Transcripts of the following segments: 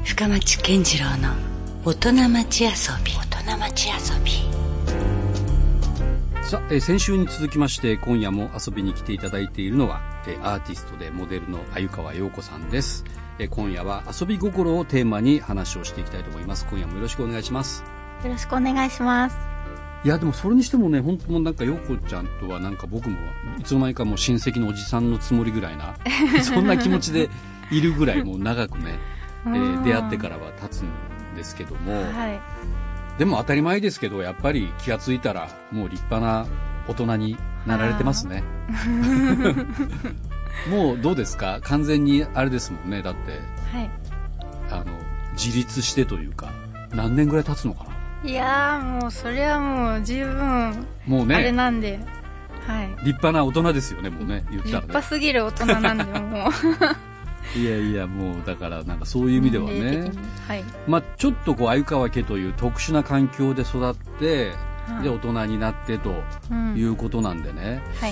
深町健次郎の大人町遊び。 さあ、先週に続きまして今夜も遊びに来ていただいているのはアーティストでモデルの鮎川陽子さんです。今夜は遊び心をテーマに話をしていきたいと思います。今夜もよろしくお願いします。 よろしくお願いします。 いやでもそれにしてもね、本当もなんか陽子ちゃんとはなんか僕もいつの間にかもう親戚のおじさんのつもりぐらいなそんな気持ちでいるぐらいもう長くね、出会ってからは経つんですけども、はい、でも当たり前ですけどやっぱり気がついたらもう立派な大人になられてますねもうどうですか、完全にあれですもんね。だって、はい、自立してというか何年ぐらい経つのかな。 いやもうそれはもう十分もう、ね、あれなんで、はい、 立派な大人ですよね。もうね、言ったらね、 立派すぎる大人なんでもういやいやもうだからなんかそういう意味ではね、はい、まあちょっとこう鮎川家という特殊な環境で育って、で大人になってということなんでね、はい、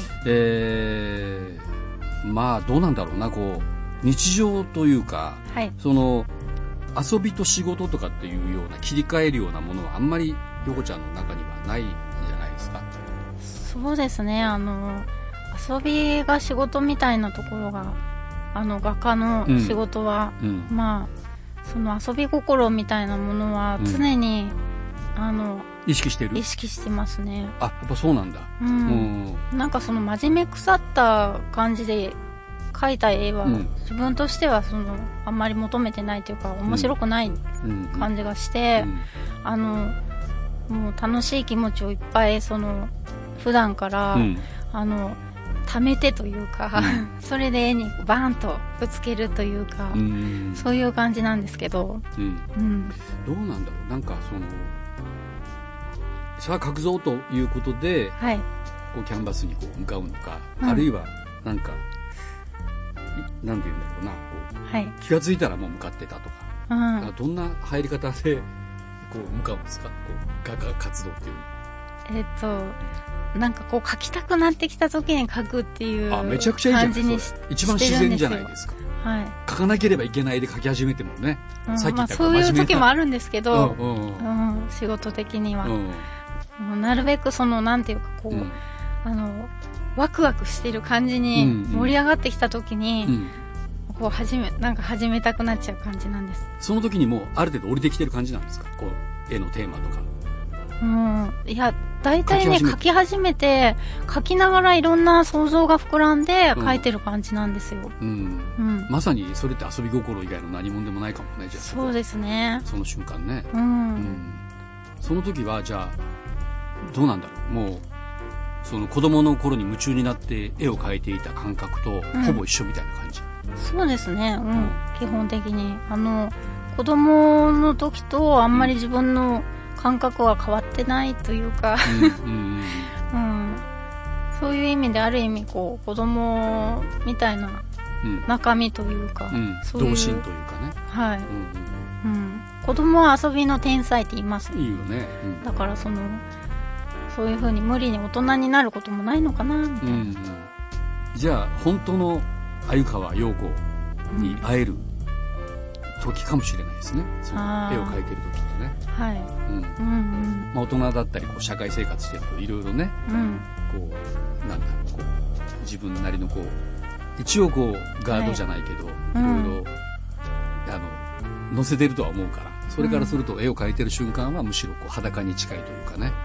まあどうなんだろうな、こう日常というか、はい、その遊びと仕事とかっていうような切り替えるようなものはあんまり陽子ちゃんの中にはないんじゃないですか。 そうですね、遊びが仕事みたいなところが画家の仕事は、まあその遊び心みたいなものは常に、 意識してる？ 意識してますね。 あ、やっぱそうなんだ。 なんかその真面目腐った感じで描いた絵は、自分としてはあんまり求めてないというか面白くない感じがして、もう楽しい気持ちをいっぱい普段から、溜めてというか、それで絵にバーンとぶつけるというか、そういう感じなんですけど、 どうなんだろう、なんかさあ描くぞということで、はい、こうキャンバスにこう向かうのか、あるいはなんかなんていうんだろうな、こう、はい、気がついたらもう向かってたとか、どんな入り方でこう向かうんですか、こう画家活動っていうの。 なんかこう描きたくなってきた時に描くっていう感じにめちゃくちゃいいじゃないですか。一番自然じゃないですか。はい、描かなければいけないで描き始めてもね、さっき言ったそういう時もあるんですけど、仕事的には、なるべくなんていうかこう、ワクワクしてる感じに盛り上がってきた時に、こうなんか始めたくなっちゃう感じなんです。 その時にもうある程度降りてきてる感じなんですか、こう絵のテーマとか。 いや大体ね、描き始めて描きながらいろんな想像が膨らんで描いてる感じなんですよ。 まさにそれって遊び心以外の何もでもないかもね。じゃあそうですね、 その瞬間ね。その時はじゃあどうなんだろう、もうその子供の頃に夢中になって絵を描いていた感覚とほぼ一緒みたいな感じ。 そうですね、基本的に子供の時とあんまり自分の感覚は変わってないというかそういう意味である意味こう子供みたいな中身というか、 そういう童心というかね、 はい、子供は遊びの天才って言います。 いいよね、 だからそういう風に無理に大人になることもないのかなみたいな、 じゃあ本当の鮎川陽子に会える時かもしれないですね、その絵を描いてる時ってね。はい、まあ、大人だったりこう社会生活してるといろいろね、こうなんだろう、こう自分なりのこう一応こうガードじゃないけど、いろいろ載せてるとは思うから、それからすると絵を描いてる瞬間はむしろこう裸に近いというかね。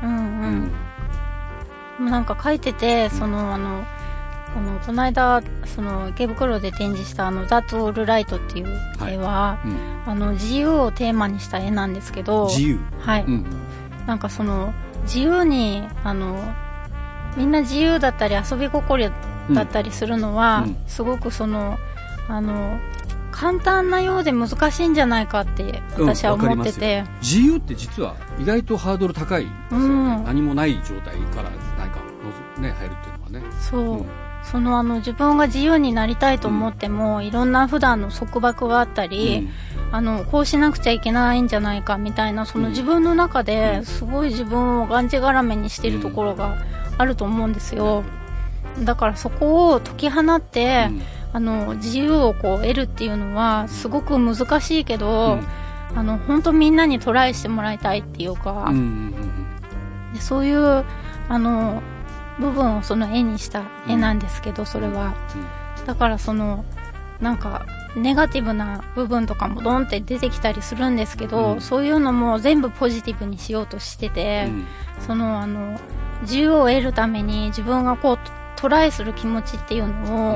なんか描いててこの間池袋で展示したThat All Right っていう絵は、自由をテーマにした絵なんですけど、 自由、 はい、なんか自由にみんな自由だったり遊び心だったりするのは、すごく簡単なようで難しいんじゃないかって私は思ってて、 自由って実は意外とハードル高いですよね、何もない状態から何かね入るっていうのはね。 そう、自分が自由になりたいと思っても、いろんな普段の束縛があったり、こうしなくちゃいけないんじゃないかみたいな、自分の中ですごい自分をがんじがらめにしてるところがあると思うんですよ。だからそこを解き放って、自由をこう得るっていうのはすごく難しいけど、 本当みんなにトライしてもらいたいっていうか、でそういう部分をその絵にした絵なんですけど、それは、だからなんかネガティブな部分とかもドンって出てきたりするんですけど、そういうのも全部ポジティブにしようとしてて、自由を得るために自分がこうトライする気持ちっていうのを、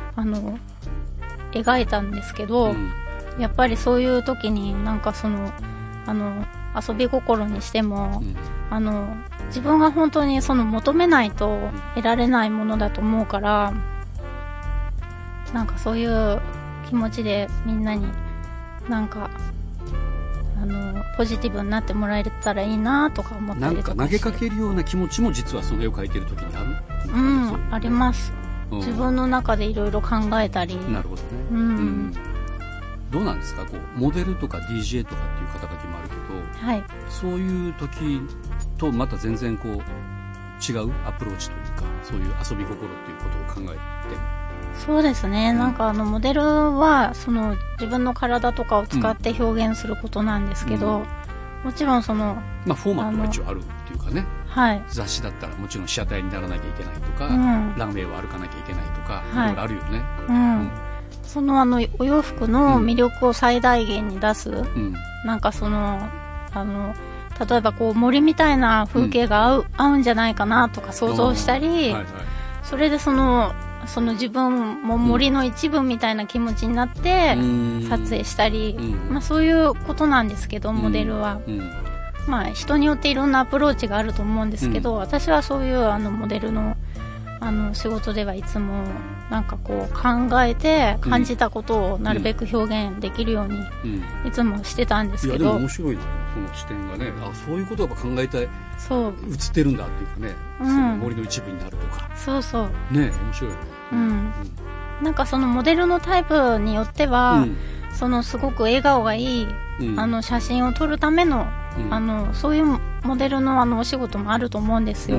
描いたんですけど、やっぱりそういう時になんか遊び心にしても、自分が本当に求めないと得られないものだと思うから、なんかそういう気持ちでみんなになんかポジティブになってもらえたらいいなとか思ったりとかして、 なんか投げかけるような気持ちも実はその絵を描いてる時にある？ あります。自分の中でいろいろ考えたり。 なるほどね。どうなんですか、こうモデルとか DJ とかっていう肩書きもあるけど、はい、そういう時とまた全然こう違うアプローチというか、そういう遊び心っていうことを考えて。 そうですね、なんかモデルは自分の体とかを使って表現することなんですけど、もちろんフォーマットが一応あるっていうかね、 はい、 雑誌だったらもちろん被写体にならなきゃいけないとか、ランウェイを歩かなきゃいけないとか、いろいろあるよね。そのお洋服の魅力を最大限に出す、なんか例えばこう森みたいな風景が合うんじゃないかなとか想像したり、それで自分も森の一部みたいな気持ちになって撮影したり、そういうことなんですけど、モデルは、人によっていろんなアプローチがあると思うんですけど、私はそういうモデルの仕事ではいつもなんかこう考えて感じたことをなるべく表現できるようにいつもしてたんですけど、 いやでも面白いな、その視点がね。そういうことをやっぱ考えて映ってるんだっていうかね、その森の一部になるとか、そうそうね、面白い。 なんかモデルのタイプによっては、すごく笑顔がいい、写真を撮るための、そういうモデルのお仕事もあると思うんですよ。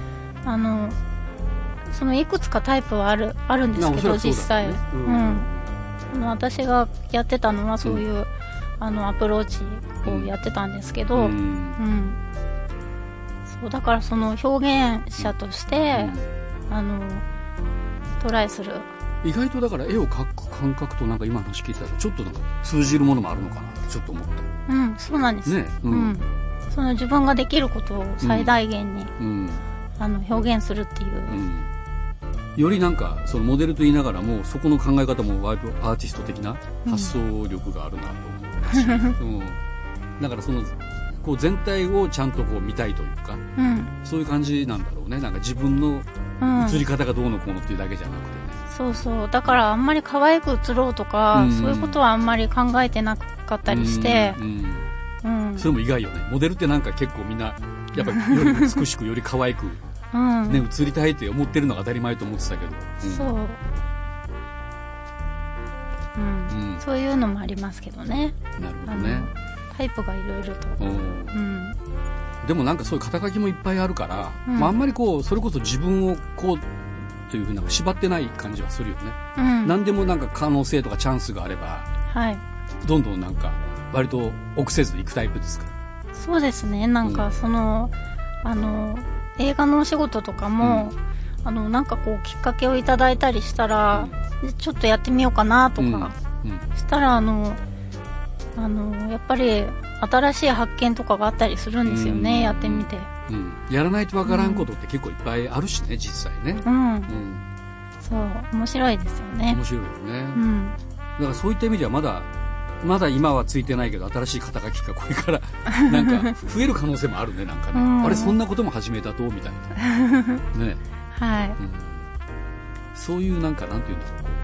いくつかタイプはあるんですけど、実際、私がやってたのはそういう、アプローチをやってたんですけど、そうだから表現者として、トライする。 意外とだから絵を描く感覚となんか今の話聞いたらちょっとなんか通じるものもあるのかなってちょっと思った。 そうなんです、自分ができることを最大限に、表現するっていう、 よりなんかモデルと言いながらもそこの考え方も割とアーティスト的な発想力があるなと思うし、だからこう全体をちゃんとこう見たいというか、そういう感じなんだろうね。なんか自分の映り方がどうのこうのっていうだけじゃなくてね。 そうそう、だからあんまり可愛く映ろうとか、そういうことはあんまり考えてなかったりして、 それも意外よね。モデルってなんか結構みんなやっぱりより美しくより可愛く映りたいって思ってるのが当たり前と思ってたけど、 そういうのもありますけどね。 なるほどね。 タイプがいろいろと、 でもなんかそういう肩書きもいっぱいあるから、あんまりこうそれこそ自分をこうというふうに縛ってない感じはするよね。何でもなんか可能性とかチャンスがあれば、どんどんなんか割と臆せず行くタイプですか？ そうですね。なんか映画のお仕事とかも、なんかこうきっかけをいただいたりしたら、ちょっとやってみようかなとか、したらやっぱり新しい発見とかがあったりするんですよね、やってみて、 やらないとわからんことって結構いっぱいあるしね、実際ね。 そう面白いですよね。 面白いよね、だからそういった意味ではまだ今はついてないけど新しい肩書きがこれからなんか増える可能性もあるね。なんかね、あれそんなことも始めたとみたいなね、そういうなんかなんていうんだろう、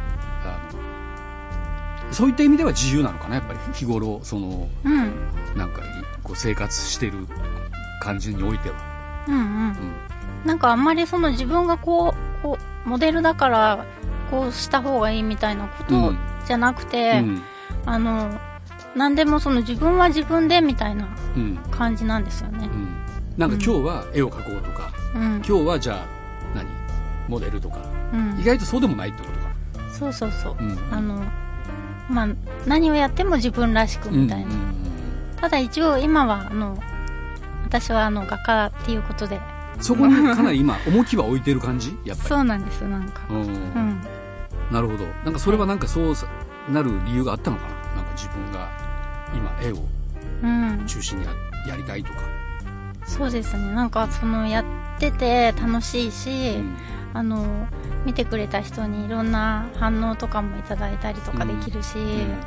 そういった意味では自由なのかな、やっぱり日頃なんかこう生活してる感じにおいては。 なんかあんまり自分がこうモデルだからこうした方がいいみたいなことじゃなくて、何でも自分は自分でみたいな感じなんですよね。 なんか今日は絵を描こうとか、今日はじゃあモデルとか、意外とそうでもないってことか。 そうそうそう、何をやっても自分らしくみたいな、 ただ一応今は私は画家っていうことでそこにかなり今重きは置いてる感じやっぱり。 そうなんですなんか、 なるほど。なんかそれはなんかそうなる理由があったのかな。なんか自分が今絵を中心に やりたいとか。 そうですね。なんかやってて楽しいし、見てくれた人にいろんな反応とかもいただいたりとかできるし、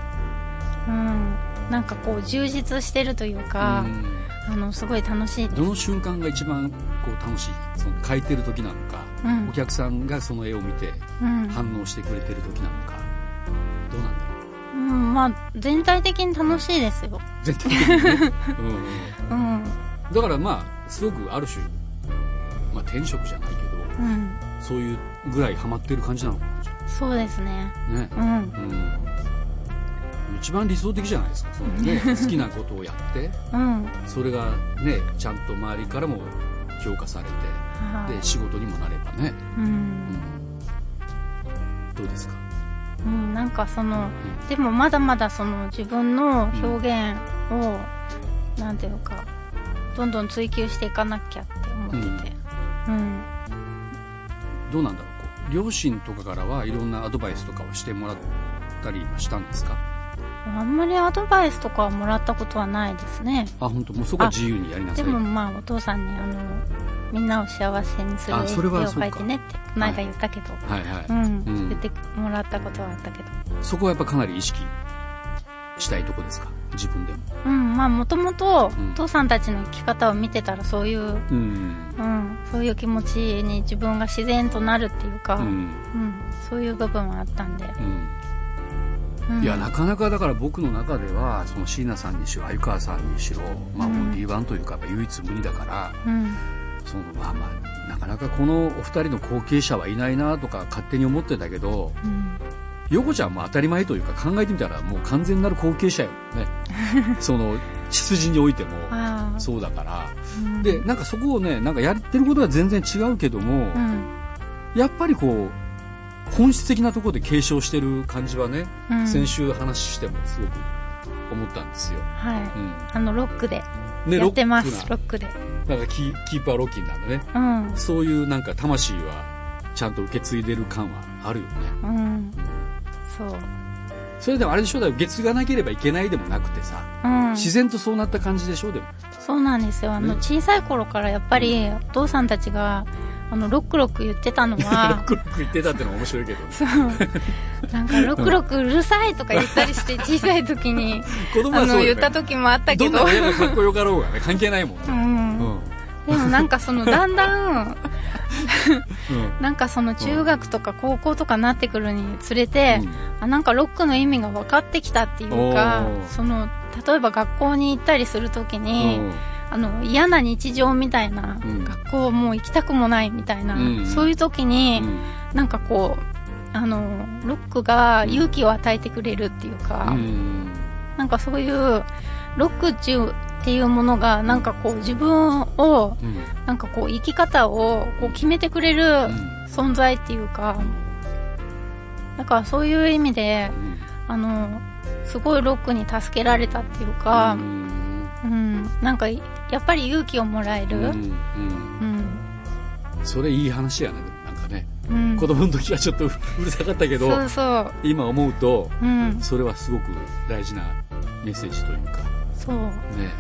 なんかこう充実してるというか、すごい楽しいです。 どの瞬間が一番こう楽しい？描いてる時なのか、お客さんがその絵を見て反応してくれてる時なのか、どうなんだろう。 まあ全体的に楽しいですよ。 全体的にね。だからまあすごくある種、まあ転職じゃないけど、そういうぐらいハマってる感じなのかな。 そうですね。 ね。一番理想的じゃないですか。好きなことをやって、それがねちゃんと周りからも評価されて、で仕事にもなればね。どうですか。 なんかでもまだまだ自分の表現を、なんていうかどんどん追求していかなきゃって思ってて、 どうなんだろう。両親とかからはいろんなアドバイスとかをしてもらったりしたんですか。 あんまりアドバイスとかはもらったことはないですね。 本当。もうそこは自由にやりなさい。 でもまあお父さんにみんなを幸せにする絵を描いてねってこの間言ったけど、言ってもらったことはあったけど、 そこはやっぱかなり意識したいとこですか、自分でも。 まあもともとお父さんたちの生き方を見てたらそういう、そういう気持ちに自分が自然となるっていうか、そういう部分はあったんで、 いやなかなかだから僕の中では椎名さんにしろ鮎川さんにしろ、まあオンリーワンというかやっぱ唯一無二だから、まあなかなかこのお二人の後継者はいないなとか勝手に思ってたけど、陽子ちゃんも当たり前というか考えてみたらもう完全なる後継者よね。血筋においてもそうだから、でなんかそこをねなんかやってることは全然違うけども、やっぱりこう本質的なところで継承してる感じはね、先週話してもすごく思ったんですよ。 ロックでやってます。ロックでなんかキープアロッキーなんだね、そういうなんか魂はちゃんと受け継いでる感はあるよね。それでもあれでしょ、だから受け継がなければいけないでもなくてさ、自然とそうなった感じでしょ。でもそうなんですよ。小さい頃からやっぱりお父さんたちがロックロック言ってたのはロックロック言ってたってのは面白いけど、 なんかロックロックうるさいとか言ったりして小さい時に子供はそう、 言った時もあったけど、 どんな親がかっこよかろうがね関係ないもんね。 でもなんかだんだんなんか中学とか高校とかなってくるにつれて、なんかロックの意味が分かってきたっていうか、例えば学校に行ったりする時に嫌な日常みたいな、学校もう行きたくもないみたいな、そういう時に、なんかこうロックが勇気を与えてくれるっていうか、なんかそういうロックっていうものがなんかこう自分を、なんかこう生き方をこう決めてくれる存在っていうか、だからそういう意味で、すごいロックに助けられたっていうか、なんかやっぱり勇気をもらえる、 それいい話やね。なんかね、子供の時はちょっとうるさかったけど、今思うと、それはすごく大事なメッセージというか、 そうね、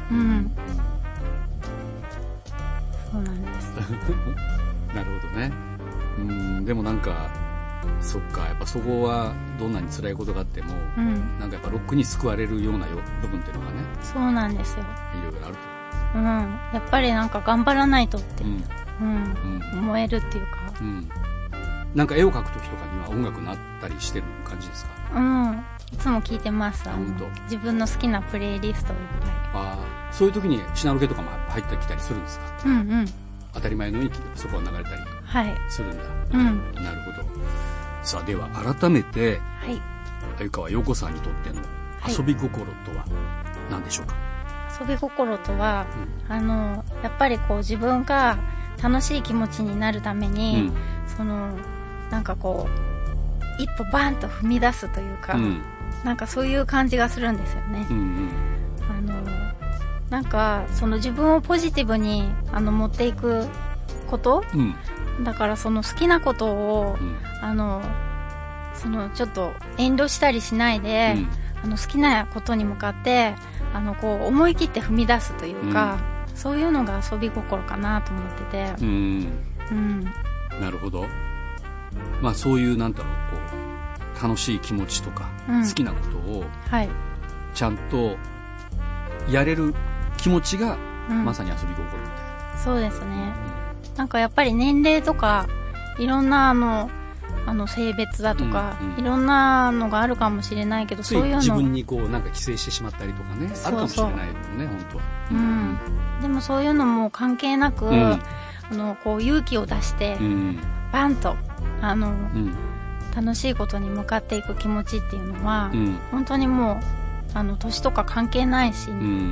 そうなんですなるほどね。でもなんかそっか、やっぱそこはどんなに辛いことがあっても、なんかやっぱロックに救われるような部分っていうのがね、 そうなんですよ。 いろいろあると、やっぱりなんか頑張らないとって、思えるっていうか、 なんか絵を描く時とかには音楽になったりしてる感じですか。 いつも聴いてます。自分の好きなプレイリストをいっぱい。そういう時にシナロケとかも入ってきたりするんですか。当たり前のようにそこは流れたりするんだ。なるほど。さあでは改めて、鮎川陽子さんにとっての遊び心とは何でしょうか。 遊び心とは、やっぱりこう自分が楽しい気持ちになるために、なんかこう一歩バンと踏み出すというか、なんかそういう感じがするんですよね。 なんかその自分をポジティブに持っていくこと、だからその好きなことを、そのちょっと遠慮したりしないで、好きなことに向かってこう思い切って踏み出すというか、そういうのが遊び心かなと思ってて、 なるほど。まあそういうなんだろう、こう楽しい気持ちとか、好きなことをちゃんとやれる気持ちが、まさに遊び心みたいな。 そうですね、なんかやっぱり年齢とかいろんな性別だとか、いろんなのがあるかもしれないけど、そういうの自分にこうなんか寄生してしまったりとかね、あるかもしれないよね、本当は。 でもそういうのも関係なく、こう勇気を出して、バンと楽しいことに向かっていく気持ちっていうのは、本当にもう年とか関係ないし、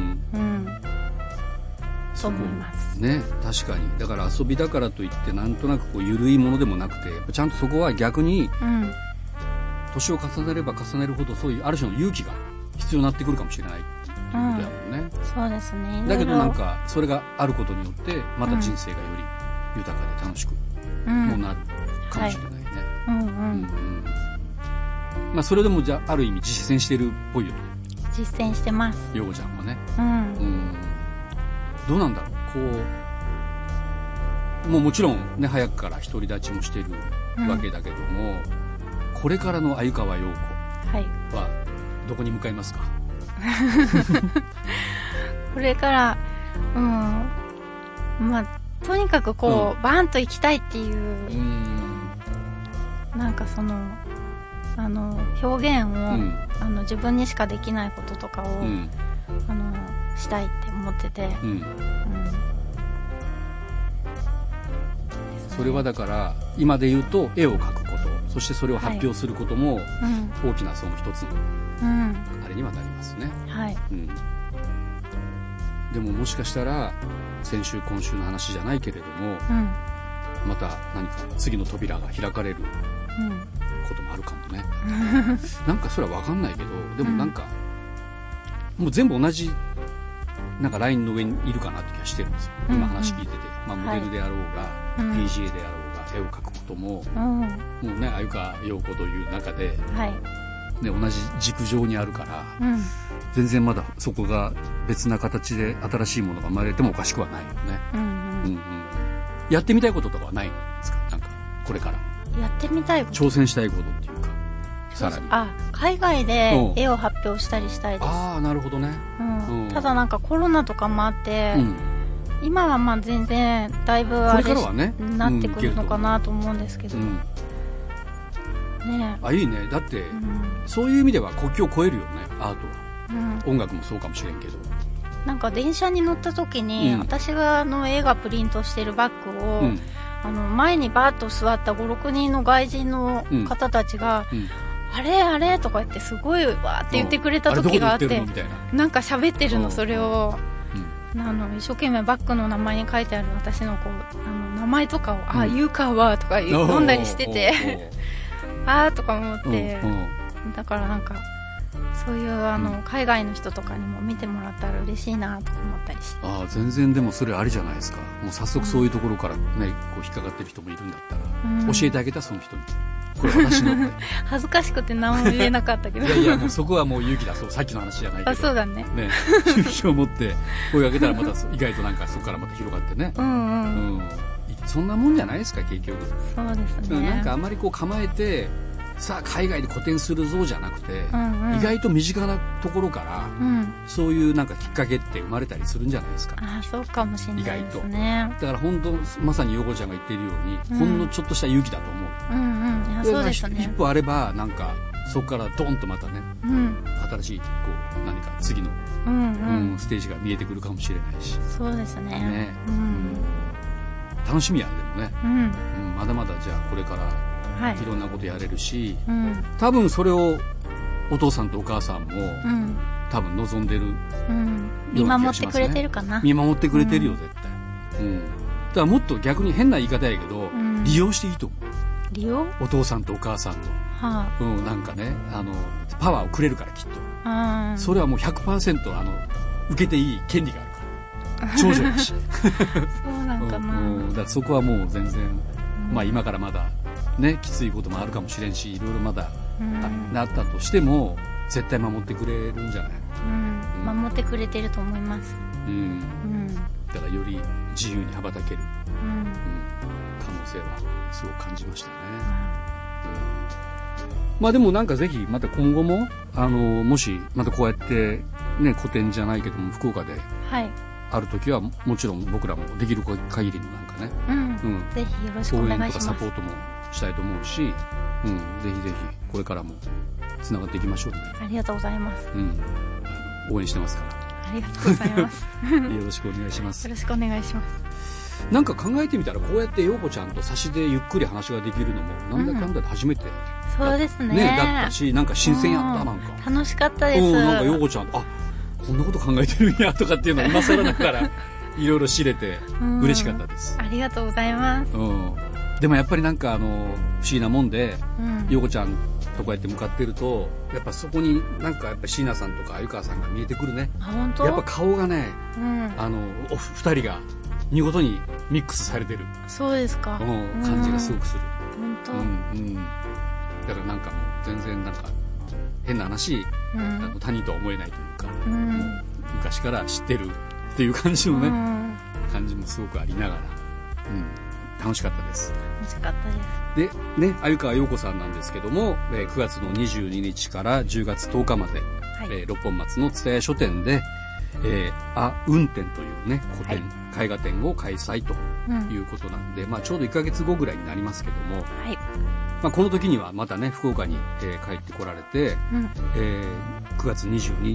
そう思いますね。確かに。だから遊びだからといってなんとなくこう緩いものでもなくて、ちゃんとそこは逆に年を重ねれば重ねるほど、そういうある種の勇気が必要になってくるかもしれないっていうことだもんね。 そうですね。 だけどなんかそれがあることによってまた人生がより豊かで楽しくもなるかもしれないね。まあそれでもじゃあある意味実践してるっぽいよね。 実践してます。 陽子ちゃんはね。どうなんだろう、こうもちろんね、早くから独り立ちもしてるわけだけども、これからの鮎川陽子はどこに向かいますか？ これからまあとにかくこう、バーンと行きたいっていう、なんかその表現を、自分にしかできないこととかを、したいって思ってて、 それはだから今で言うと絵を描くこと、そしてそれを発表することも大きなその一つのあれにはなりますね。でももしかしたら先週今週の話じゃないけれども、また何か次の扉が開かれることもあるかもね。なんかそれは分かんないけど、でもなんか、もう全部同じなんかラインの上にいるかなって気がしてるんですよ、今話聞いてて。まあ、モデルであろうが、DJ であろうが、絵を描くことも、もうね、鮎川陽子という中で、ね、同じ軸上にあるから、全然まだそこが別な形で新しいものが生まれてもおかしくはないよね。やってみたいこととかはないんですか？なんかこれからやってみたいこと、 挑戦したいことっていうか、さらに海外で絵を発表したりしたいです。 なるほどね。 ただなんかコロナとかもあって、今はまあ全然だいぶあれなってくるのかなと思うんですけど、いいね。だって、そういう意味では国境を越えるよね、アートは。音楽もそうかもしれんけど、 なんか電車に乗った時に、私が絵がプリントしてるバッグを、前にバーッと座った5、6人の外人の方たちが、あれあれとか言ってすごいわーって言ってくれた時があって、なんか喋ってるの、それを一生懸命バッグの名前に書いてある私のこう名前とかを言うかはとか読んだりしててとか思って、だからなんかそういう海外の人とかにも見てもらったら嬉しいなとか思ったりして。 全然。でもそれありじゃないですか。もう早速そういうところからね、こう引っかかってる人もいるんだったら、教えてあげた、その人に。これ私の恥ずかしくて何も言えなかったけど。 いやもうそこはもう勇気だ。さっきの話じゃないけど。 そうだね。 勇気を持って声をかけたらまた意外となんかそこからまた広がってね。そんなもんじゃないですか、結局。 そうですね。 なんかあんまりこう構えて、さあ海外で個展するぞじゃなくて、意外と身近なところから、そういうなんかきっかけって生まれたりするんじゃないですか。 そうかもしれないですね。 だから本当まさに陽子ちゃんが言っているように、ほんのちょっとした勇気だと思う。 そうですね。 一歩あればなんかそこからドンとまたね、新しいこう何か次の、ステージが見えてくるかもしれないし。 そうですね。 楽しみやね、でもね。まだまだじゃあこれからいろんなことやれるし、多分それをお父さんとお母さんも、多分望んでるような気がしますね。見守ってくれてるかな。見守ってくれてるよ、絶対。だからもっと逆に変な言い方やけど、利用していいと思う。 利用？ お父さんとお母さんの、なんかね、パワーをくれるから、きっと。それはもう 100% 受けていい権利があるか長女だしそうなんかな、 だからそこはもう全然、まあ今からまだねきついこともあるかもしれんし、いろいろまだ、なったとしても絶対守ってくれるんじゃない、 守ってくれてると思います。 だからより自由に羽ばたける、可能性はすごく感じましたね。まあでもなんかぜひまた今後ももしまたこうやってね個展じゃないけども福岡である時はもちろん僕らもできる限りのなんかね、 ぜひよろしくお願いします。応援とかサポートもしたいと思うし、ぜひぜひこれからもつながっていきましょうね。 ありがとうございます。 応援してますから。 ありがとうございます。 よろしくお願いします。 よろしくお願いします。 なんか考えてみたらこうやって陽子ちゃんと差しでゆっくり話ができるのもなんだかんだで初めて、 そうですね。 だったし、なんか新鮮やった。なんか楽しかったです。 なんか陽子ちゃんこんなこと考えてるんやとかっていうのを今更ながらいろいろ知れて嬉しかったです。 ありがとうございます。 でもやっぱりなんか不思議なもんで、陽子ちゃんとこうやって向かってるとやっぱそこになんかやっぱ椎名さんとか鮎川さんが見えてくるね。 本当？ やっぱ顔がね、お二人が見事にミックスされてる。 そうですか。 感じがすごくする。 本当。 だからなんかもう全然なんか変な話、他人とは思えないというか、昔から知ってるっていう感じのね、感じもすごくありながら、楽しかったです。 楽しかったです。 でね、鮎川陽子さんなんですけども、9月の22日から10月10日まで、六本松の蔦屋書店で、運展というね個展、絵画展を開催ということなんで、ちょうど1ヶ月後ぐらいになりますけども、この時にはまたね福岡に、帰ってこられて、9月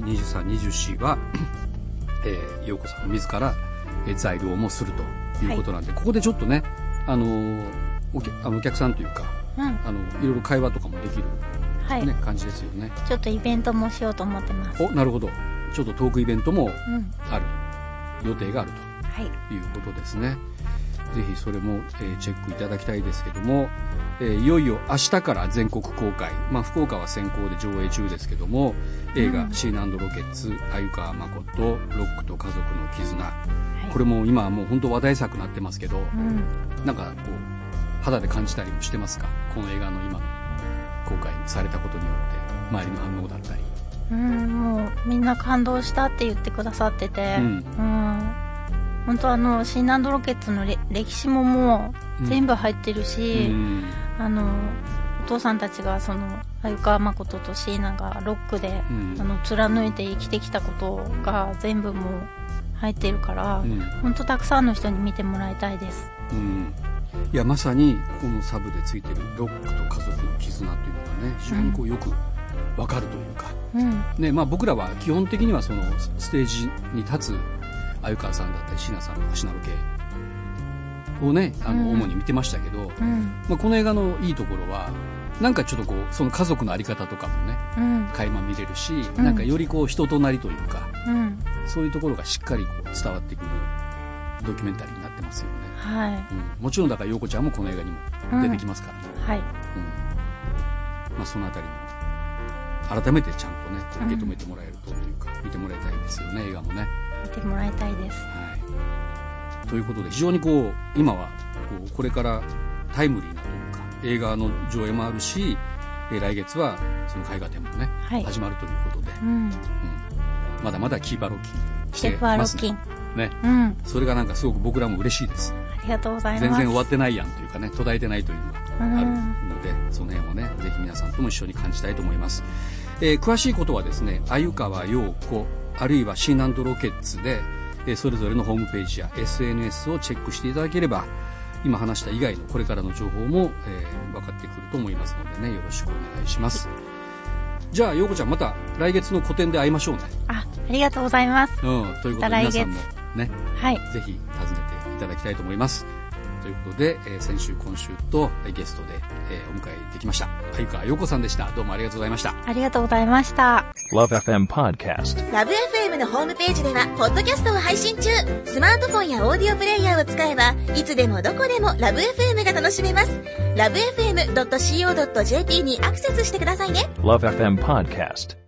22、23、24は陽子さん自ら、在留もするということなんで、ここでちょっとねお客さんというか、いろいろ会話とかもできる、感じですよね。 ちょっとイベントもしようと思ってます。 なるほど。ちょっとトークイベントもある、予定があるということですね。ぜひそれも、チェックいただきたいですけども、いよいよ明日から全国公開、福岡は先行で上映中ですけども、映画シーナ&ロケッツ、鮎川誠、ロックと家族の絆、これも今はもう本当話題作になってますけど、なんかこう肌で感じたりもしてますか？この映画の今の公開されたことによって周りの反応だったり。 もうみんな感動したって言ってくださってて、本当シーナ&ロケッツの歴史ももう全部入ってるし、お父さんたちがその鮎川誠と椎名がロックで、貫いて生きてきたことが全部もう入ってるから、本当たくさんの人に見てもらいたいです。 いやまさにこのサブでついてるロックと家族の絆というのがね非常にこうよく分かるというか、僕らは基本的にはそのステージに立つ鮎川さんだったり椎名さんのシナロケをね主に見てましたけど、この映画のいいところはなんかちょっとこうその家族の在り方とかもね、垣間見れるし、なんかよりこう人となりというか、そういうところがしっかりこう伝わってくるドキュメンタリーになってますよね。もちろんだから陽子ちゃんもこの映画にも出てきますからね。そのあたりも改めてちゃんとね受け止めてもらえるというか、見てもらいたいですよね、映画もね。 見てもらいたいです。 ということで非常にこう今はこれからタイムリーなというか映画の上映もあるし、来月はその絵画展もね、始まるということで、まだまだキーパーロッキーしてますね。それがなんかすごく僕らも嬉しいです。 ありがとうございます。 全然終わってないやんというかね、途絶えてないというのがあるので、その辺をねぜひ皆さんとも一緒に感じたいと思います。詳しいことはですね鮎川陽子あるいはシーナ&ロケッツで、それぞれのホームページや SNS をチェックしていただければ今話した以外のこれからの情報も、分かってくると思いますのでね、よろしくお願いします。じゃあ陽子ちゃんまた来月の個展で会いましょうね。 ありがとうございます。 ということで皆さんもね、ぜひ訪ねていただきたいと思います。ということで、先週今週とゲストで、お迎えできました鮎川陽子さんでした。どうもありがとうございました。 ありがとうございました。 LoveFM Podcast LoveFM のホームページではポッドキャストを配信中。スマートフォンやオーディオプレイヤーを使えばいつでもどこでも LoveFM が楽しめます。 LoveFM.co.jp にアクセスしてくださいね。 LoveFM Podcast